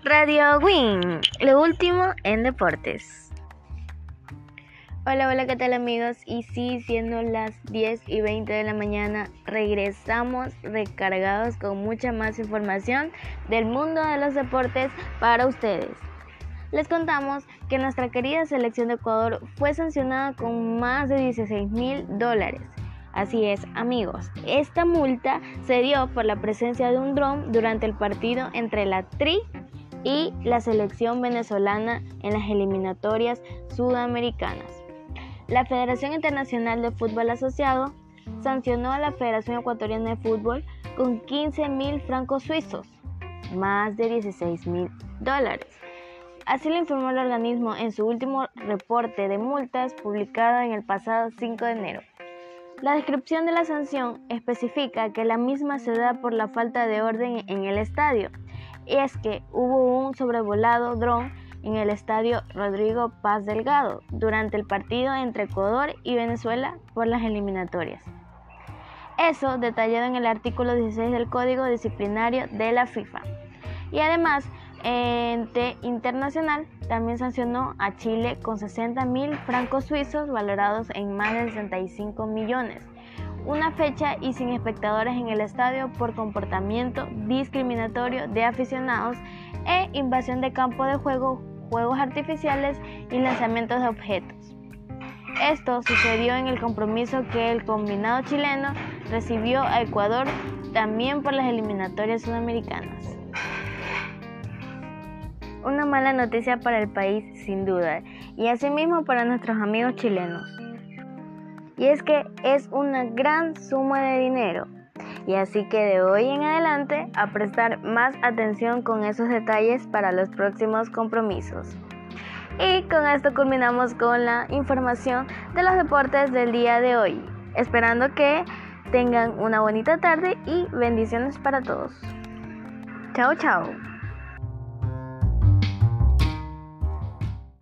Radio Win, lo último en deportes. Hola, ¿qué tal amigos? Y sí, siendo las 10:20 de la mañana, regresamos recargados con mucha más información del mundo de los deportes para ustedes. Les contamos que nuestra querida selección de Ecuador fue sancionada con más de $16,000. Así es, amigos, esta multa se dio por la presencia de un dron durante el partido entre la TRI y la selección venezolana en las eliminatorias sudamericanas. La Federación Internacional de Fútbol Asociado sancionó a la Federación Ecuatoriana de Fútbol con 15,000 francos suizos, más de $16,000. Así lo informó el organismo en su último reporte de multas publicado en el pasado 5 de enero. La descripción de la sanción especifica que la misma se da por la falta de orden en el estadio, y es que hubo un sobrevolado dron en el estadio Rodrigo Paz Delgado durante el partido entre Ecuador y Venezuela por las eliminatorias. Eso detallado en el artículo 16 del Código Disciplinario de la FIFA. Y además, ente internacional también sancionó a Chile con 60,000 francos suizos valorados en más de 65 millones. Una fecha y sin espectadores en el estadio por comportamiento discriminatorio de aficionados e invasión de campo de juego, juegos artificiales y lanzamientos de objetos. Esto sucedió en el compromiso que el combinado chileno recibió a Ecuador también por las eliminatorias sudamericanas. Una mala noticia para el país, sin duda, y asimismo para nuestros amigos chilenos. Y es que es una gran suma de dinero, y así que de hoy en adelante a prestar más atención con esos detalles para los próximos compromisos. Y con esto culminamos con la información de los deportes del día de hoy, esperando que tengan una bonita tarde y bendiciones para todos. Chao, chao.